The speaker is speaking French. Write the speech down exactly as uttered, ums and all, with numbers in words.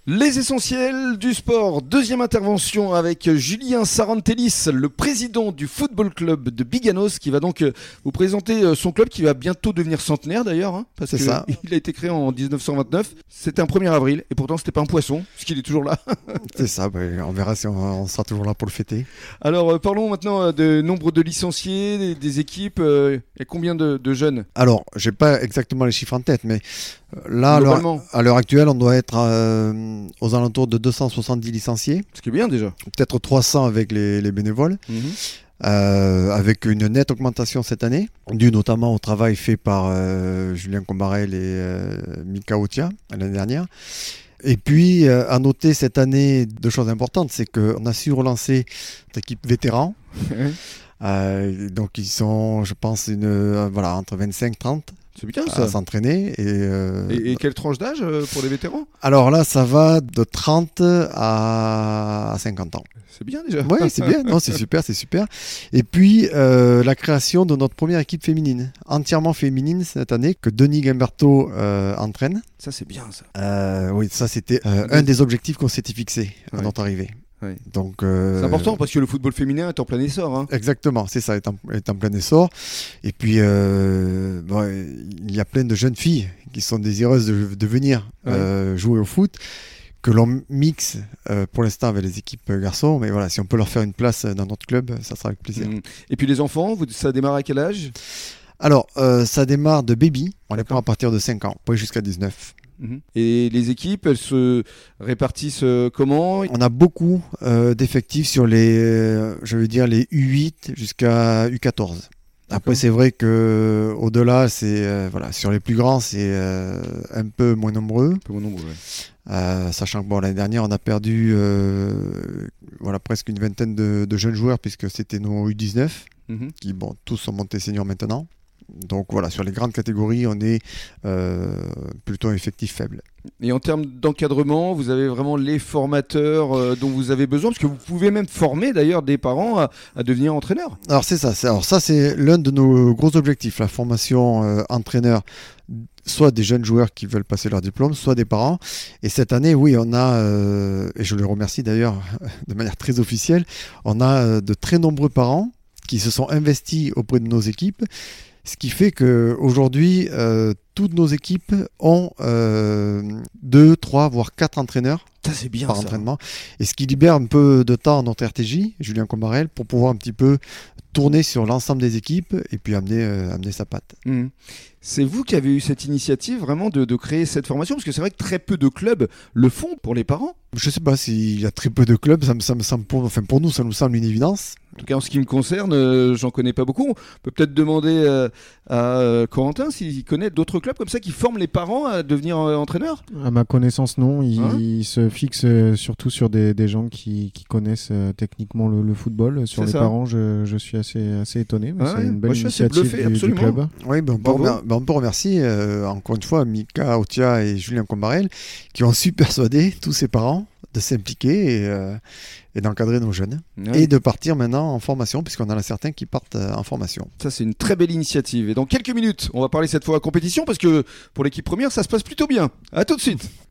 Les essentiels du sport, deuxième intervention avec Julien Sarantelis, le président du football club de Biganos, qui va donc vous présenter son club qui va bientôt devenir centenaire d'ailleurs, hein, parce C'est que ça. il a été créé en dix-neuf cent vingt-neuf. C'était un premier avril et pourtant c'était pas un poisson puisqu'il est toujours là. C'est ça, bah, on verra si on, on sera toujours là pour le fêter. Alors euh, parlons maintenant euh, de nombre de licenciés, des, des équipes euh, et combien de, de jeunes. Alors, j'ai pas exactement les chiffres en tête, mais euh, là, à l'heure, Globalement. à l'heure actuelle, on doit être euh, aux alentours de deux cent soixante-dix licenciés, Ce qui est bien déjà. peut-être trois cents avec les, les bénévoles. Mhm. Euh, avec une nette augmentation cette année, due notamment au travail fait par euh, Julien Combarel et euh, Mika Otia l'année dernière. Et puis, euh, à noter cette année deux choses importantes, c'est qu'on a su relancer notre équipe vétéran. Euh, donc, ils sont, je pense, une, euh, voilà, entre vingt-cinq et trente C'est bien à ça. s'entraîner. Et, euh, Et, et quelle tranche d'âge euh, pour les vétérans? alors là, ça va de trente à cinquante ans. C'est bien déjà. Oui, c'est bien, non, c'est super, c'est super. Et puis, euh, la création de notre première équipe féminine, entièrement féminine cette année, que Denis Gimberto euh, entraîne. Ça c'est bien ça. Euh, oui, ça c'était euh, un des objectifs qu'on s'était fixé à Ouais. notre arrivée. Ouais. Donc, euh, C'est important parce que le football féminin est en plein essor. Hein. Exactement, c'est ça, est en, est en plein essor. Et puis, euh, bon, il y a plein de jeunes filles qui sont désireuses de, de venir Ouais. euh, jouer au foot, que l'on mixe euh, pour l'instant avec les équipes garçons. Mais voilà, si on peut leur faire une place dans notre club, ça sera avec plaisir. Mm. Et puis les enfants, vous, ça démarre à quel âge? Alors, euh, ça démarre de baby, on les D'accord. prend à partir de cinq ans, puis jusqu'à dix-neuf. Mhm. Et les équipes, elles se répartissent euh, comment? On a beaucoup euh, d'effectifs sur les, euh, je veux dire, les U huit jusqu'à U quatorze. Après, D'accord. c'est vrai que au-delà, c'est euh, voilà, sur les plus grands, c'est euh, un peu moins nombreux. Un peu moins nombreux, ouais. Euh, sachant que bon, l'année dernière, on a perdu euh, voilà, presque une vingtaine de, de jeunes joueurs puisque c'était nos U dix-neuf Mhm. qui, bon, tous sont montés seniors maintenant. Donc voilà, sur les grandes catégories, on est euh, plutôt un effectif faible. Et en termes d'encadrement, vous avez vraiment les formateurs euh, dont vous avez besoin, parce que vous pouvez même former d'ailleurs des parents à, à devenir entraîneurs. Alors c'est ça, c'est, alors ça c'est l'un de nos gros objectifs, la formation euh, entraîneur, soit des jeunes joueurs qui veulent passer leur diplôme, soit des parents. Et cette année, oui, on a, euh, et je les remercie d'ailleurs de manière très officielle, on a euh, de très nombreux parents qui se sont investis auprès de nos équipes, ce qui fait qu'aujourd'hui, euh, toutes nos équipes ont euh, deux, trois, voire quatre entraîneurs Ça c'est bien par ça. entraînement. Et ce qui libère un peu de temps à notre R T J, Julien Combarel, pour pouvoir un petit peu tourner sur l'ensemble des équipes et puis amener, euh, amener sa patte. Mhm. C'est vous qui avez eu cette initiative vraiment de, de créer cette formation, parce que c'est vrai que très peu de clubs le font pour les parents. Je ne sais pas s'il y a très peu de clubs, ça me, ça me semble pour, enfin pour nous, ça nous semble une évidence. En tout cas, en ce qui me concerne, euh, j'en connais pas beaucoup. On peut peut-être demander euh, à euh, Corentin s'il connaît d'autres clubs comme ça qui forment les parents à devenir euh, entraîneurs. À ma connaissance, non. Il, Hein il se fixe euh, surtout sur des, des gens qui, qui connaissent euh, techniquement le, le football. Sur C'est les ça. parents, je, je suis assez, assez étonné. Mais Ah c'est ouais. une belle Moi, je suis assez initiative bluffé, du, du absolument. club. Oui, ben on, peut Bravo. remer- ben on peut remercier euh, encore une fois Mika Otia et Julien Combarel qui ont su persuader tous ces parents de s'impliquer et, euh, et d'encadrer nos jeunes Ouais. et de partir maintenant en formation puisqu'on en a certains qui partent euh, en formation. Ça, c'est une très belle initiative. Et dans quelques minutes, on va parler cette fois à compétition parce que pour l'équipe première, ça se passe plutôt bien. À tout de suite.